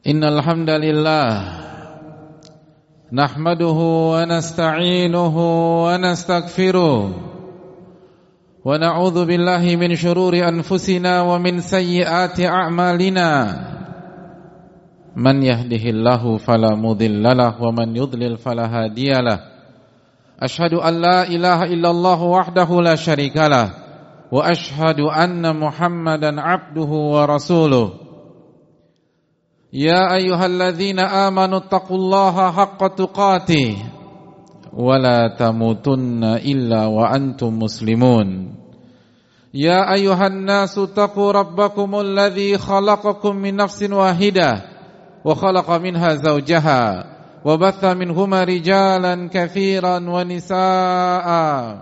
Innal hamdalillah nahmaduhu wa nasta'inuhu wa nastaghfiruh wa na'udzu billahi min shururi anfusina wa min sayyiati a'malina. Man yahdihillahu fala mudhillalah wa man yudlil fala hadiyalah. Ashhadu an la ilaha illallah wahdahu la syarikalah wa ashhadu anna Muhammadan abduhu wa rasuluh. Ya ayyuhalladzina amanu taqullaha haqqa tuqatih wa la tamutunna illa wa antum muslimun. Ya ayyuhan nasu taqu rabbakumul ladzi khalaqakum min nafsin wahidah wa khalaqa minha zawjaha wa batha minhuma rijalan katsiran wa nisaa.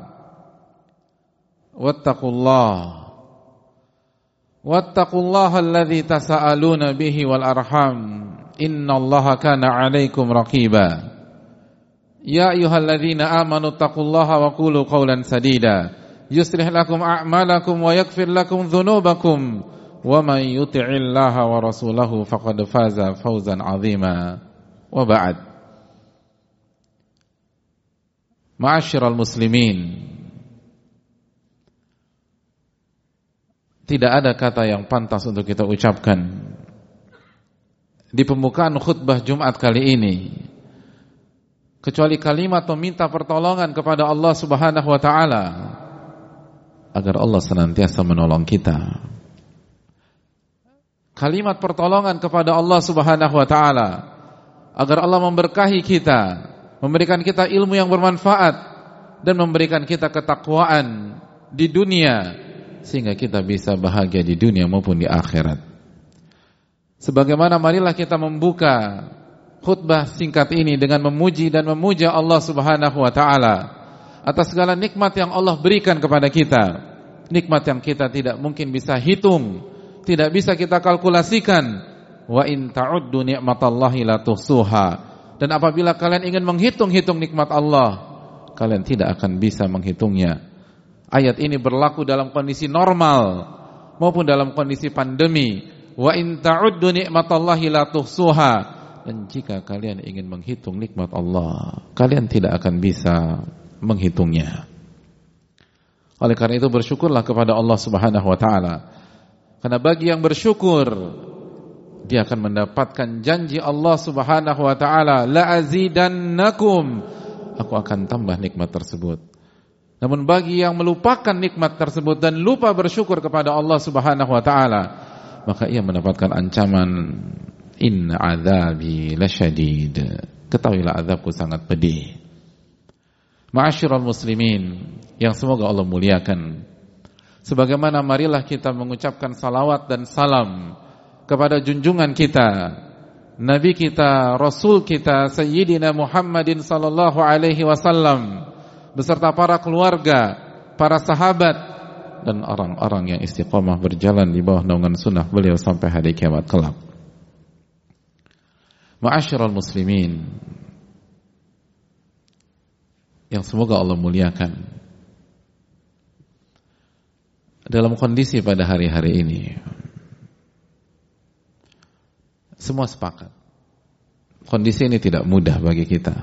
Wattaqullaha alladzi tasaaluna bihi wal arham innallaha kana 'alaikum raqiba. Ya ayyuhalladzina amanu taqullaha wa qulu qawlan sadida yuslih lakum a'malakum wa yaghfir lakum dhunubakum wa man yuti'illaha wa rasulahu faqad faza fawzan 'azima. Wa ba'd. Ma'asyiral muslimin, tidak ada kata yang pantas untuk kita ucapkan di pembukaan khutbah Jumat kali ini kecuali kalimat meminta pertolongan kepada Allah Subhanahu wa taala agar Allah senantiasa menolong kita. Kalimat pertolongan kepada Allah Subhanahu wa taala agar Allah memberkahi kita, memberikan kita ilmu yang bermanfaat dan memberikan kita ketakwaan di dunia sehingga kita bisa bahagia di dunia maupun di akhirat. Sebagaimana marilah kita membuka khutbah singkat ini dengan memuji dan memuja Allah Subhanahu wa taala atas segala nikmat yang Allah berikan kepada kita. Nikmat yang kita tidak mungkin bisa hitung, tidak bisa kita kalkulasikan. Wa in ta'uddu ni'matallahi la tuhsuha. Dan apabila kalian ingin menghitung-hitung nikmat Allah, kalian tidak akan bisa menghitungnya. Ayat ini berlaku dalam kondisi normal maupun dalam kondisi pandemi. Wa in ta'uddu ni'matallahi la tuhsuha. Dan jika kalian ingin menghitung nikmat Allah, kalian tidak akan bisa menghitungnya. Oleh karena itu bersyukurlah kepada Allah Subhanahu wa taala. Karena bagi yang bersyukur, dia akan mendapatkan janji Allah Subhanahu wa taala, la azidannakum, aku akan tambah nikmat tersebut. Namun bagi yang melupakan nikmat tersebut dan lupa bersyukur kepada Allah Subhanahu wa taala, maka ia mendapatkan ancaman, inna adzabi lasyadid. Ketahuilah azabku sangat pedih. Ma'asyiral muslimin yang semoga Allah muliakan. Sebagaimana marilah kita mengucapkan salawat dan salam kepada junjungan kita, Nabi kita, Rasul kita, Sayyidina Muhammadin sallallahu alaihi wasallam, beserta para keluarga, para sahabat, dan orang-orang yang istiqomah berjalan di bawah naungan sunnah beliau sampai hari kiamat kelak. Ma'asyiral muslimin yang semoga Allah muliakan, dalam kondisi pada hari-hari ini semua sepakat kondisi ini tidak mudah bagi kita.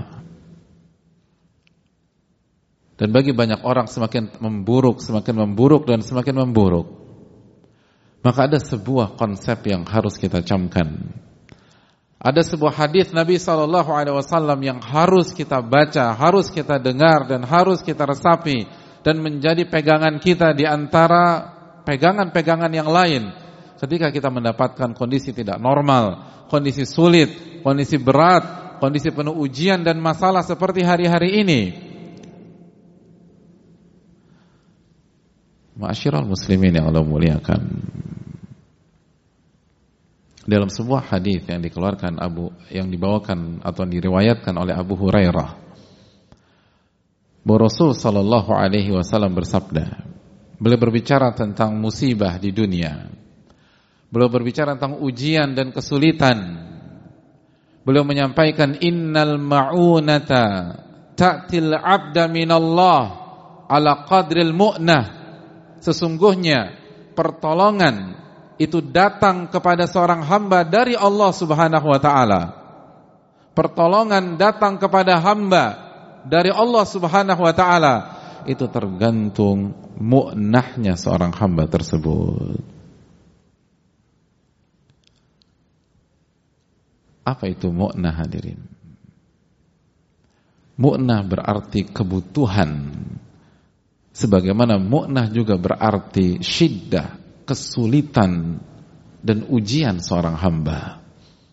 Dan bagi banyak orang semakin memburuk dan semakin memburuk. Maka ada sebuah konsep yang harus kita camkan. Ada sebuah hadis Nabi SAW yang harus kita baca, harus kita dengar, dan harus kita resapi, dan menjadi pegangan kita di antara pegangan-pegangan yang lain. Ketika kita mendapatkan kondisi tidak normal, kondisi sulit, kondisi berat, kondisi penuh ujian dan masalah seperti hari-hari ini. Ma'asyiral muslimin yang Allah muliakan, dalam sebuah hadis yang dibawakan atau diriwayatkan oleh Abu Hurairah, bahwa Rasul sallallahu alaihi wasallam bersabda, beliau berbicara tentang musibah di dunia, beliau berbicara tentang ujian dan kesulitan. Beliau menyampaikan, innal ma'unata ta'til 'abda minallah ala qadril mu'nah. Sesungguhnya pertolongan itu datang kepada seorang hamba dari Allah Subhanahu wa taala. Pertolongan datang kepada hamba dari Allah Subhanahu wa taala, itu tergantung mu'nahnya seorang hamba tersebut. Apa itu mu'nah, hadirin? Mu'nah berarti kebutuhan, sebagaimana mu'nah juga berarti syiddah, kesulitan dan ujian seorang hamba.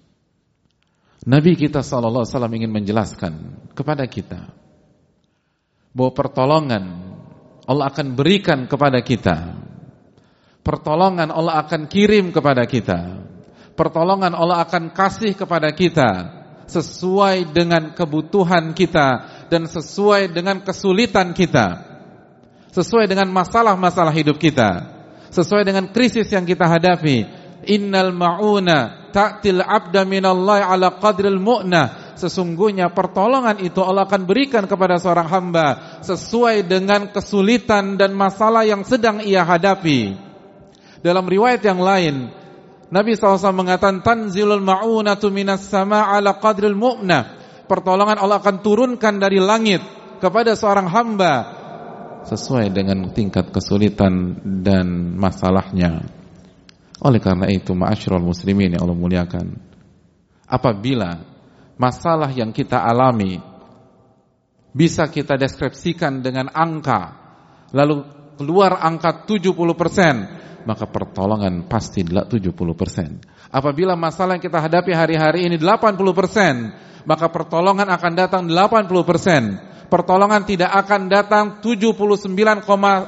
Nabi kita SAW ingin menjelaskan kepada kita bahwa pertolongan Allah akan berikan kepada kita, pertolongan Allah akan kirim kepada kita, pertolongan Allah akan kasih kepada kita sesuai dengan kebutuhan kita dan sesuai dengan kesulitan kita, sesuai dengan masalah-masalah hidup kita, sesuai dengan krisis yang kita hadapi. Innal ma'una ta'til abda minallahi ala qadril mu'nah. Sesungguhnya pertolongan itu Allah akan berikan kepada seorang hamba sesuai dengan kesulitan dan masalah yang sedang ia hadapi. Dalam riwayat yang lain, Nabi SAW mengatakan, tanzilul ma'unatu minas sama' ala qadril mu'nah. Pertolongan Allah akan turunkan dari langit kepada seorang hamba sesuai dengan tingkat kesulitan dan masalahnya. Oleh karena itu, ma'asyiral muslimin yang Allah muliakan, apabila masalah yang kita alami bisa kita deskripsikan dengan angka, lalu keluar angka 70%, maka pertolongan pasti 70%. Apabila masalah yang kita hadapi hari-hari ini 80%, maka pertolongan akan datang 80%. Pertolongan tidak akan datang 79,009%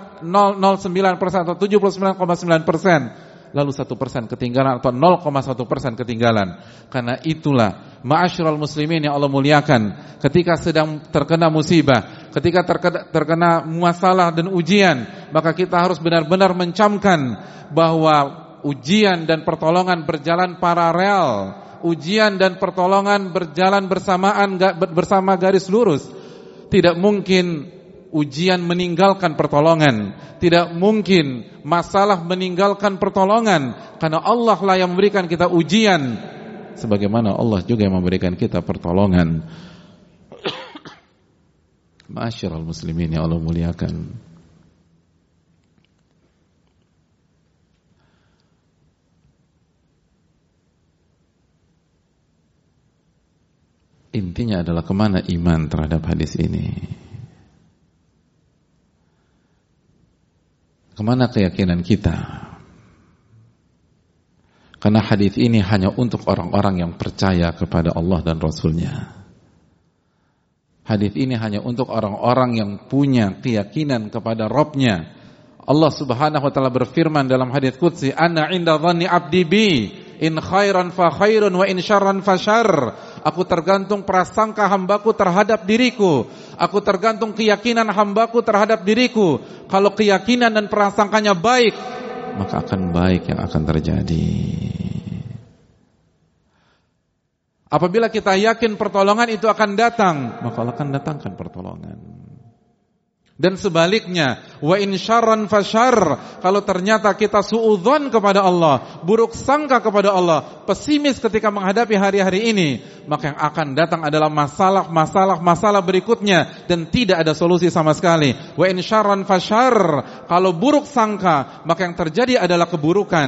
atau 79,9%. Lalu 1% ketinggalan atau 0,1% ketinggalan. Karena itulah ma'asyiral muslimin yang Allah muliakan, ketika sedang terkena musibah, ketika terkena masalah dan ujian, maka kita harus benar-benar mencamkan bahwa ujian dan pertolongan berjalan paralel. Ujian dan pertolongan berjalan bersamaan, bersama garis lurus. Tidak mungkin ujian meninggalkan pertolongan, tidak mungkin masalah meninggalkan pertolongan, karena Allah lah yang memberikan kita ujian, sebagaimana Allah juga yang memberikan kita pertolongan. Ma'asyiral muslimin yang Allah muliakan, intinya adalah kemana iman terhadap hadis ini. Kemana keyakinan kita? Karena hadis ini hanya untuk orang-orang yang percaya kepada Allah dan Rasul-Nya. Hadis ini hanya untuk orang-orang yang punya keyakinan kepada Rabb-Nya. Allah Subhanahu wa taala berfirman dalam hadis qudsi, "Ana 'inda dhanni 'abdi bi, in khairan fa khairun wa in syarran fa syarr." Aku tergantung prasangka hambaku terhadap diriku. Aku tergantung keyakinan hambaku terhadap diriku. Kalau keyakinan dan prasangkanya baik, maka akan baik yang akan terjadi. Apabila kita yakin pertolongan itu akan datang, maka Allah akan datangkan pertolongan. Dan sebaliknya, wa in syarran fasyarr, kalau ternyata kita suudzon kepada Allah, buruk sangka kepada Allah, pesimis ketika menghadapi hari-hari ini, maka yang akan datang adalah masalah berikutnya dan tidak ada solusi sama sekali. Wa in syarran fasyarr, kalau buruk sangka, maka yang terjadi adalah keburukan.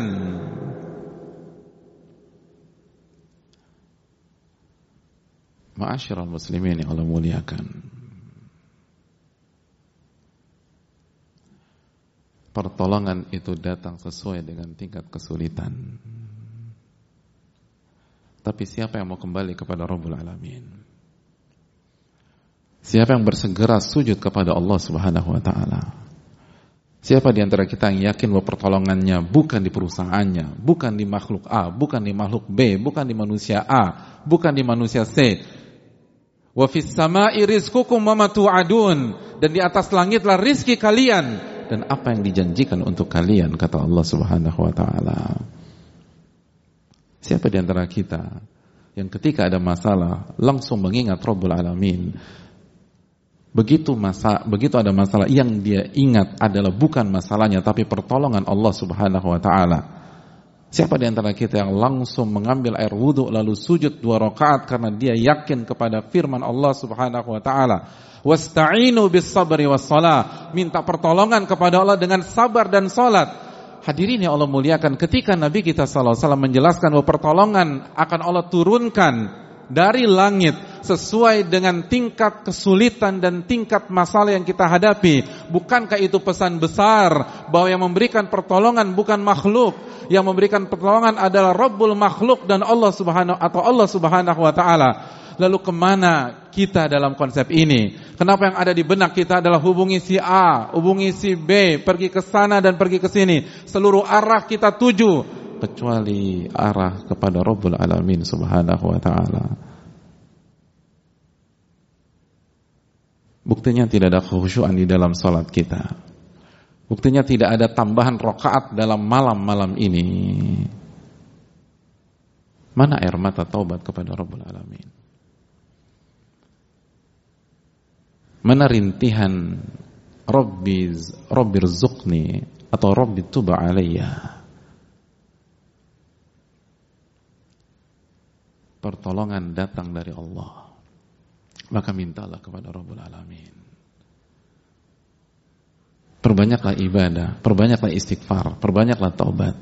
Ma'asyiral muslimin yang Allah muliakan, pertolongan itu datang sesuai dengan tingkat kesulitan. Tapi siapa yang mau kembali kepada Rabbul Alamin? Siapa yang bersegera sujud kepada Allah Subhanahu wa taala? Siapa di antara kita yang yakin bahwa pertolongannya bukan di perusahaannya, bukan di makhluk A, bukan di makhluk B, bukan di manusia A, bukan di manusia C? Wa fis sama'i rizqukum wa ma tu'adun, dan di atas langitlah rizki kalian dan apa yang dijanjikan untuk kalian, kata Allah Subhanahu wa taala. Siapa di antara kita yang ketika ada masalah langsung mengingat Rabbul Alamin? Begitu ada masalah yang dia ingat adalah bukan masalahnya tapi pertolongan Allah Subhanahu wa taala, Siapa di antara kita yang langsung mengambil air wudhu lalu sujud 2 rakaat karena dia yakin kepada firman Allah Subhanahu wa taala, "Wasta'inu bis-sabri was-shalah." Minta pertolongan kepada Allah dengan sabar dan salat. Hadirin yang Allah muliakan, ketika Nabi kita sallallahu alaihi wasallam menjelaskan bahwa pertolongan akan Allah turunkan dari langit sesuai dengan tingkat kesulitan dan tingkat masalah yang kita hadapi, bukankah itu pesan besar bahwa yang memberikan pertolongan bukan makhluk, yang memberikan pertolongan adalah Rabbul makhluk dan Allah Subhanahu wa taala. Lalu kemana kita dalam konsep ini? Kenapa yang ada di benak kita adalah hubungi si A, hubungi si B, pergi ke sana dan pergi ke sini. Seluruh arah kita tuju, kecuali arah kepada Rabbul Alamin Subhanahu wa ta'ala. Buktinya tidak ada khusyuan di dalam salat kita. Buktinya tidak ada tambahan rakaat dalam malam-malam ini. Mana air mata taubat kepada Rabbul Alamin? Mana rintihan Rabbi rzuqni atau Rabbi tuba alayya? Pertolongan datang dari Allah, maka mintalah kepada Rabbul Alamin. Perbanyaklah ibadah, perbanyaklah istighfar, perbanyaklah taubat.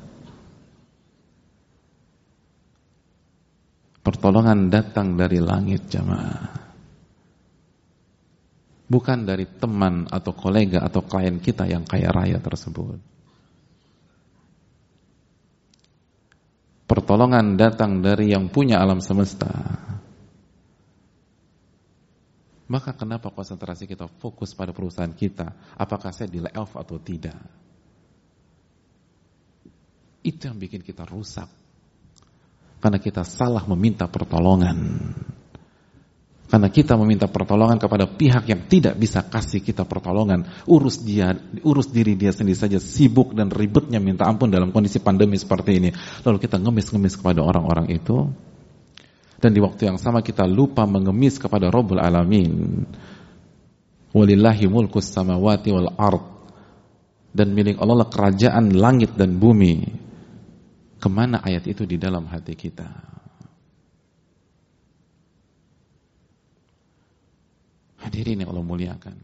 Pertolongan datang dari langit, jamaah. Bukan dari teman atau kolega atau klien kita yang kaya raya tersebut. Pertolongan datang dari yang punya alam semesta. Maka kenapa konsentrasi kita fokus pada perusahaan kita? Apakah saya di layoff atau tidak? Itu yang bikin kita rusak. Karena kita salah meminta pertolongan. Karena kita meminta pertolongan kepada pihak yang tidak bisa kasih kita pertolongan. Urus diri dia sendiri saja, sibuk dan ribetnya minta ampun dalam kondisi pandemi seperti ini. Lalu kita ngemis-ngemis kepada orang-orang itu. Dan di waktu yang sama kita lupa mengemis kepada Rabbul Alamin. Walillahi mulkus samawati wal ard. Dan milik Allah kerajaan langit dan bumi. Kemana ayat itu di dalam hati kita? Hadirin yang Allah muliakan,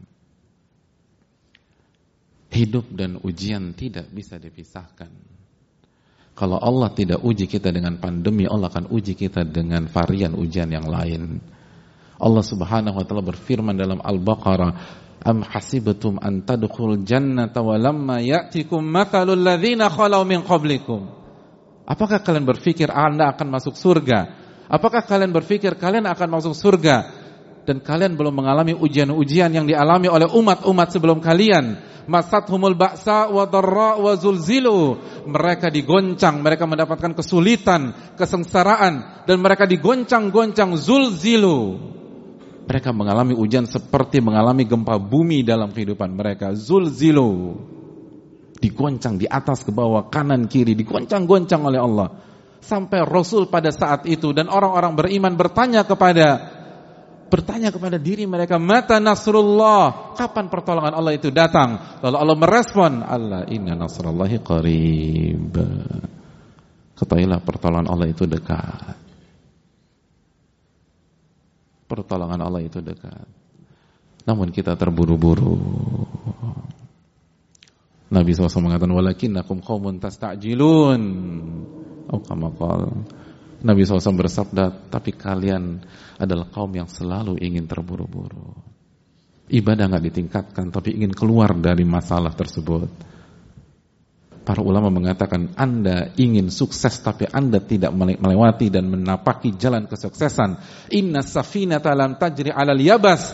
hidup dan ujian tidak bisa dipisahkan. Kalau Allah tidak uji kita dengan pandemi, Allah akan uji kita dengan varian ujian yang lain. Allah Subhanahu wa taala berfirman dalam Al-Baqarah, "Am hasibtum an tadkhulul jannata wa lamma ya'tikum mathalul ladzina khalau min qablikum." Apakah kalian berpikir Anda akan masuk surga? Apakah kalian berpikir kalian akan masuk surga dan kalian belum mengalami ujian-ujian yang dialami oleh umat-umat sebelum kalian? Masathumul ba'sa wa dharra wa zulzilu. Mereka digoncang, mereka mendapatkan kesulitan, kesengsaraan, dan mereka digoncang-goncang, zulzilu. Mereka mengalami ujian seperti mengalami gempa bumi dalam kehidupan mereka. Zulzilu. Digoncang di atas ke bawah, kanan kiri, digoncang-goncang oleh Allah. Sampai Rasul pada saat itu dan orang-orang beriman bertanya kepada diri mereka, mata nasrullah, kapan pertolongan Allah itu datang? Lalu Allah merespon, Allah inna nasrullahi qarib. Ketahuilah pertolongan Allah itu dekat. Pertolongan Allah itu dekat. Namun kita terburu-buru. Nabi SAW mengatakan, walakinnakum qaumun tasta'jilun. Oh, kama qala. Nabi SAW bersabda, tapi kalian adalah kaum yang selalu ingin terburu-buru. Ibadah gak ditingkatkan, tapi ingin keluar dari masalah tersebut. Para ulama mengatakan, Anda ingin sukses, tapi Anda tidak melewati dan menapaki jalan kesuksesan. Inna safinata lam tajri alal yabas.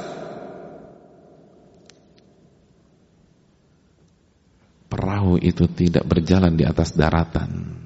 Perahu itu tidak berjalan di atas daratan.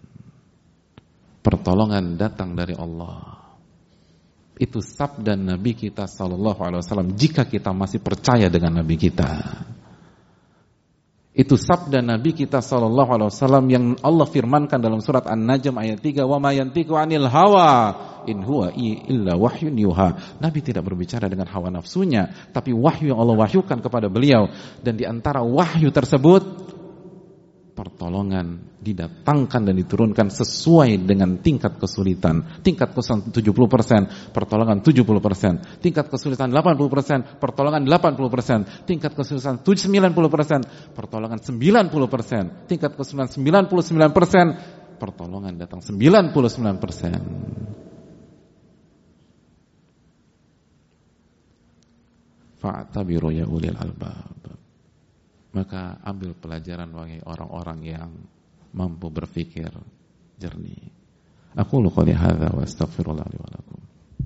Pertolongan datang dari Allah. Itu sabda Nabi kita sallallahu alaihi wasallam jika kita masih percaya dengan Nabi kita. Itu sabda Nabi kita sallallahu alaihi wasallam yang Allah firmankan dalam surat An-Najm ayat 3, "Wa ma yantiqu 'anil hawa in huwa illa wahyun yuha." Nabi tidak berbicara dengan hawa nafsunya, tapi wahyu yang Allah wahyukan kepada beliau. Dan di antara wahyu tersebut pertolongan didatangkan dan diturunkan sesuai dengan tingkat kesulitan. Tingkat kesulitan 70%, pertolongan 70%. Tingkat kesulitan 80%, pertolongan 80%. Tingkat kesulitan 90%, pertolongan 90%. Tingkat kesulitan 99%, pertolongan datang 99%. Fa'tabiru ya ulil albab. Maka ambil pelajaran bagi orang-orang yang mampu berpikir jernih. Aqulu qouli hadza wa astaghfirullah li wa lakum.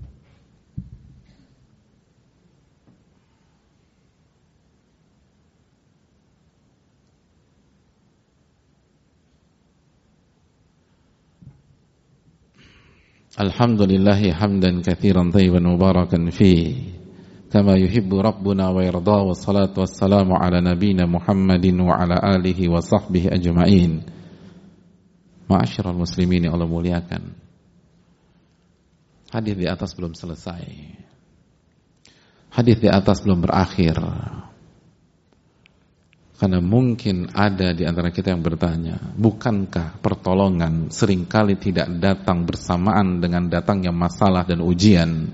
Alhamdulillahi hamdan katsiran thayyiban mubarakan fihi kama yuhibbu rabbuna wa yarda, wa salatu wassalamu ala nabina Muhammadin wa ala alihi wa sahbihi ajma'in. Ma'asyiral muslimin yang Allah muliakan, hadis di atas belum selesai, hadis di atas belum berakhir. Karena mungkin ada di antara kita yang bertanya, bukankah pertolongan seringkali tidak datang bersamaan dengan datangnya masalah dan ujian?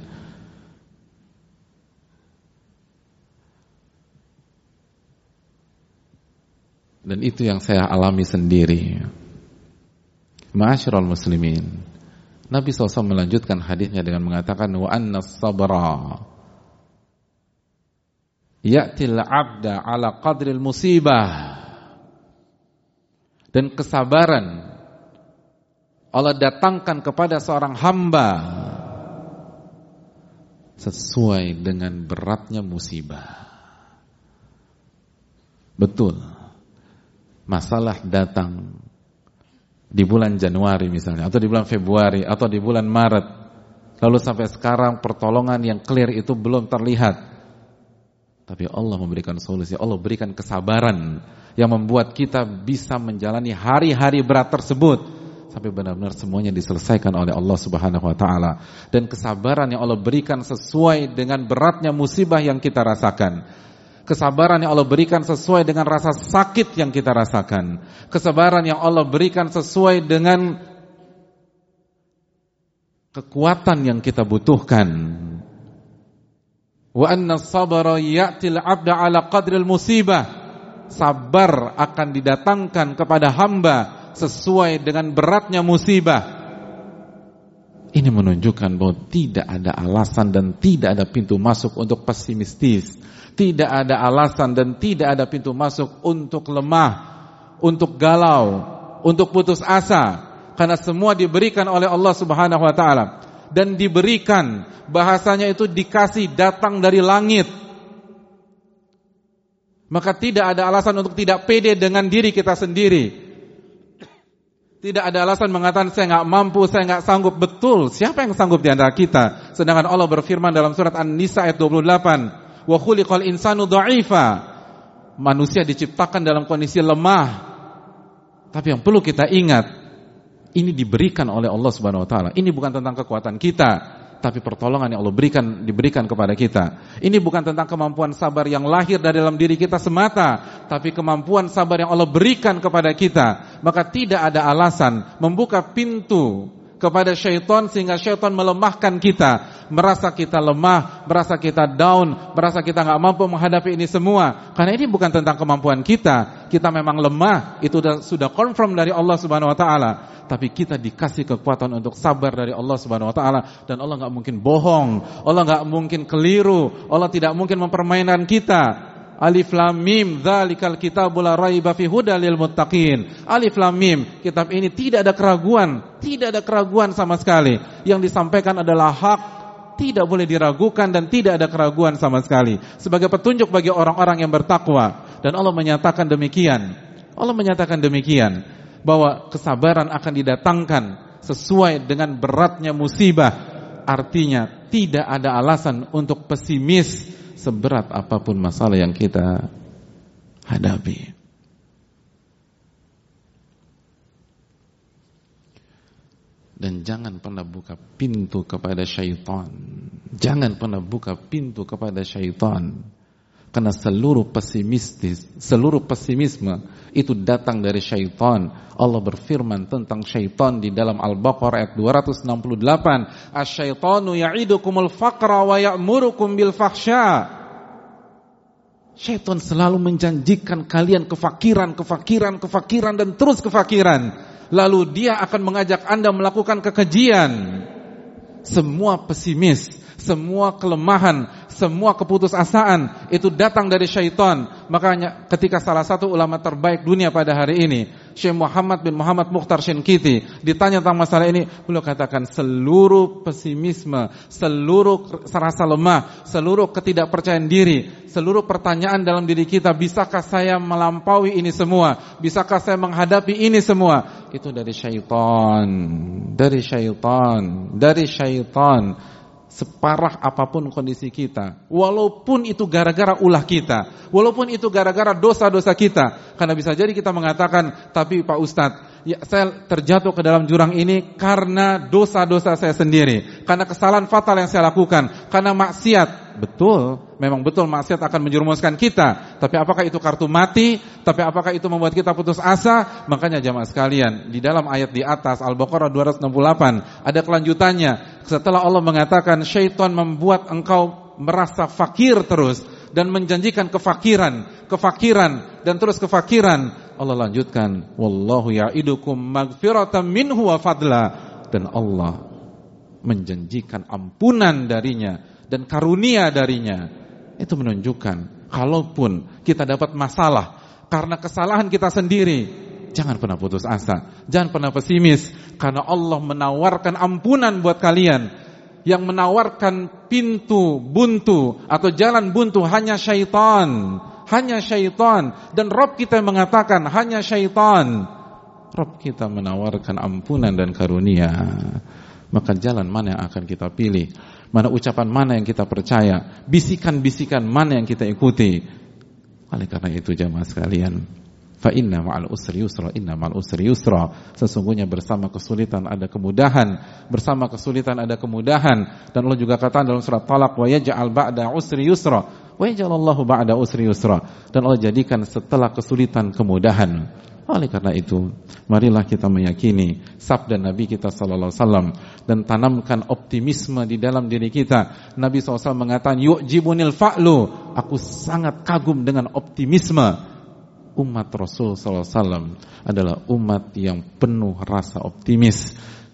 Dan itu yang saya alami sendiri. Ma'asyiral muslimin, Nabi SAW melanjutkan hadisnya dengan mengatakan, wa anna sabra ya'til abda ala qadril musibah. Dan kesabaran Allah datangkan kepada seorang hamba sesuai dengan beratnya musibah. Betul, masalah datang di bulan Januari misalnya, atau di bulan Februari, atau di bulan Maret, lalu sampai sekarang pertolongan yang clear itu belum terlihat. Tapi Allah memberikan solusi, Allah berikan kesabaran yang membuat kita bisa menjalani hari-hari berat tersebut sampai benar-benar semuanya diselesaikan oleh Allah Subhanahu wa taala. Dan kesabaran yang Allah berikan sesuai dengan beratnya musibah yang kita rasakan. Kesabaran yang Allah berikan sesuai dengan rasa sakit yang kita rasakan. Kesabaran yang Allah berikan sesuai dengan kekuatan yang kita butuhkan. Wa anna sabara ya'til 'abda 'ala qadril musibah. Sabar akan didatangkan kepada hamba sesuai dengan beratnya musibah. Ini menunjukkan bahwa tidak ada alasan dan tidak ada pintu masuk untuk pesimistis. Tidak ada alasan dan tidak ada pintu masuk untuk lemah, untuk galau, untuk putus asa. Karena semua diberikan oleh Allah Subhanahu wa taala. Dan diberikan, bahasanya itu dikasih, datang dari langit. Maka tidak ada alasan untuk tidak pede dengan diri kita sendiri. Tidak ada alasan mengatakan saya enggak mampu, saya enggak sanggup. Betul, siapa yang sanggup di antara kita? Sedangkan Allah berfirman dalam surat An-Nisa ayat 28, wa khuliqal insanu dha'ifa. Manusia diciptakan dalam kondisi lemah. Tapi yang perlu kita ingat, ini diberikan oleh Allah Subhanahu wa taala. Ini bukan tentang kekuatan kita, tapi pertolongan yang Allah diberikan kepada kita. Ini bukan tentang kemampuan sabar yang lahir dari dalam diri kita semata, tapi kemampuan sabar yang Allah berikan kepada kita. Maka tidak ada alasan membuka pintu kepada syaitan sehingga syaitan melemahkan kita, merasa kita lemah, merasa kita down, merasa kita enggak mampu menghadapi ini semua. Karena ini bukan tentang kemampuan kita. Kita memang lemah, itu sudah confirm dari Allah Subhanahu wa taala. Tapi kita dikasih kekuatan untuk sabar dari Allah Subhanahu wa taala, dan Allah enggak mungkin bohong, Allah enggak mungkin keliru, Allah tidak mungkin mempermainkan kita. Alif Lam Mim, dzalikal kitabul la raiba fihi hudal lil muttaqin. Alif Lam Mim, kitab ini tidak ada keraguan sama sekali. Yang disampaikan adalah hak, tidak boleh diragukan dan tidak ada keraguan sama sekali. Sebagai petunjuk bagi orang-orang yang bertakwa. Dan Allah menyatakan demikian, bahwa kesabaran akan didatangkan sesuai dengan beratnya musibah. Artinya tidak ada alasan untuk pesimis seberat apapun masalah yang kita hadapi. Dan jangan pernah buka pintu kepada syaitan. Jangan pernah buka pintu kepada syaitan. Karena seluruh pesimisme itu datang dari syaitan. Allah berfirman tentang syaitan di dalam Al-Baqarah ayat 268, "Asy-syaitanu ya'idukumul faqra wa ya'murukum bil fahsya." Syaitan selalu menjanjikan kalian kefakiran dan terus kefakiran. Lalu dia akan mengajak Anda melakukan kekejian. Semua pesimis, semua kelemahan, semua keputusasaan itu datang dari syaitan. Makanya ketika salah satu ulama terbaik dunia pada hari ini, Syekh Muhammad bin Muhammad Mukhtar Shinkiti, ditanya tentang masalah ini, beliau katakan seluruh pesimisme, seluruh rasa lemah, seluruh ketidakpercayaan diri, seluruh pertanyaan dalam diri kita, bisakah saya melampaui ini semua? Bisakah saya menghadapi ini semua? Itu dari syaitan, dari syaitan, dari syaitan. Separah apapun kondisi kita, walaupun itu gara-gara ulah kita, walaupun itu gara-gara dosa-dosa kita. Karena bisa jadi kita mengatakan, tapi Pak Ustadz, ya, saya terjatuh ke dalam jurang ini karena dosa-dosa saya sendiri, karena kesalahan fatal yang saya lakukan, karena maksiat. Betul, memang betul maksiat akan menjerumuskan kita. Tapi apakah itu kartu mati? Tapi apakah itu membuat kita putus asa? Makanya jamaah sekalian, di dalam ayat di atas Al-Baqarah 268 ada kelanjutannya. Setelah Allah mengatakan syaitan membuat engkau merasa fakir terus dan menjanjikan kefakiran dan terus kefakiran, Allah lanjutkan, wallahu ya'idukum magfiratan minhu wa fadla, dan Allah menjanjikan ampunan darinya dan karunia darinya. Itu menunjukkan kalaupun kita dapat masalah karena kesalahan kita sendiri, jangan pernah putus asa, jangan pernah pesimis, karena Allah menawarkan ampunan buat kalian. Yang menawarkan pintu buntu atau jalan buntu hanya syaitan, hanya syaitan. Dan Rabb kita mengatakan hanya syaitan. Rabb kita menawarkan ampunan dan karunia. Maka jalan mana yang akan kita pilih? Mana ucapan mana yang kita percaya? Bisikan-bisikan mana yang kita ikuti? Oleh karena itu jamaah sekalian, fa inna ma'al usri yusra, inna ma'al usri yusra. Sesungguhnya bersama kesulitan ada kemudahan, bersama kesulitan ada kemudahan. Dan Allah juga katakan dalam surat Talaq, wa yaj'al ba'da usri yusra, wa yaj'alallahu ba'da usri yusra. Dan Allah jadikan setelah kesulitan kemudahan. Oleh karena itu, marilah kita meyakini sabda Nabi kita sallallahu alaihi wasallam dan tanamkan optimisme di dalam diri kita. Nabi SAW mengatakan, yu'jibunil fa'lu, aku sangat kagum dengan optimisme. Umat Rasul SAW adalah umat yang penuh rasa optimis,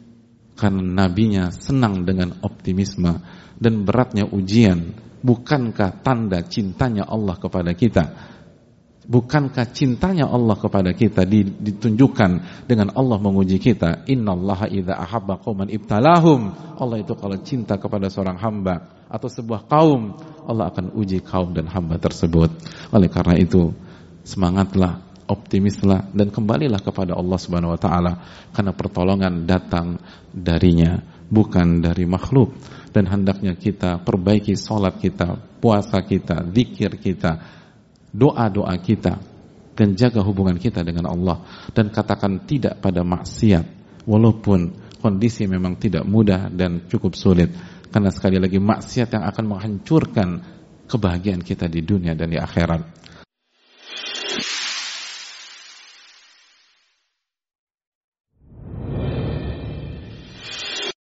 karena nabinya senang dengan optimisme. Dan beratnya ujian bukankah tanda cintanya Allah kepada kita? Bukankah cintanya Allah kepada kita ditunjukkan dengan Allah menguji kita? Innallaha idza ahabba qauman ibtalahum. Allah itu kalau cinta kepada seorang hamba atau sebuah kaum, Allah akan uji kaum dan hamba tersebut. Oleh karena itu, semangatlah, optimislah, dan kembalilah kepada Allah Subhanahu wa taala, karena pertolongan datang darinya, bukan dari makhluk. Dan hendaknya kita perbaiki salat kita, puasa kita, zikir kita, doa-doa kita, dan jaga hubungan kita dengan Allah, dan katakan tidak pada maksiat walaupun kondisi memang tidak mudah dan cukup sulit. Karena sekali lagi maksiat yang akan menghancurkan kebahagiaan kita di dunia dan di akhirat.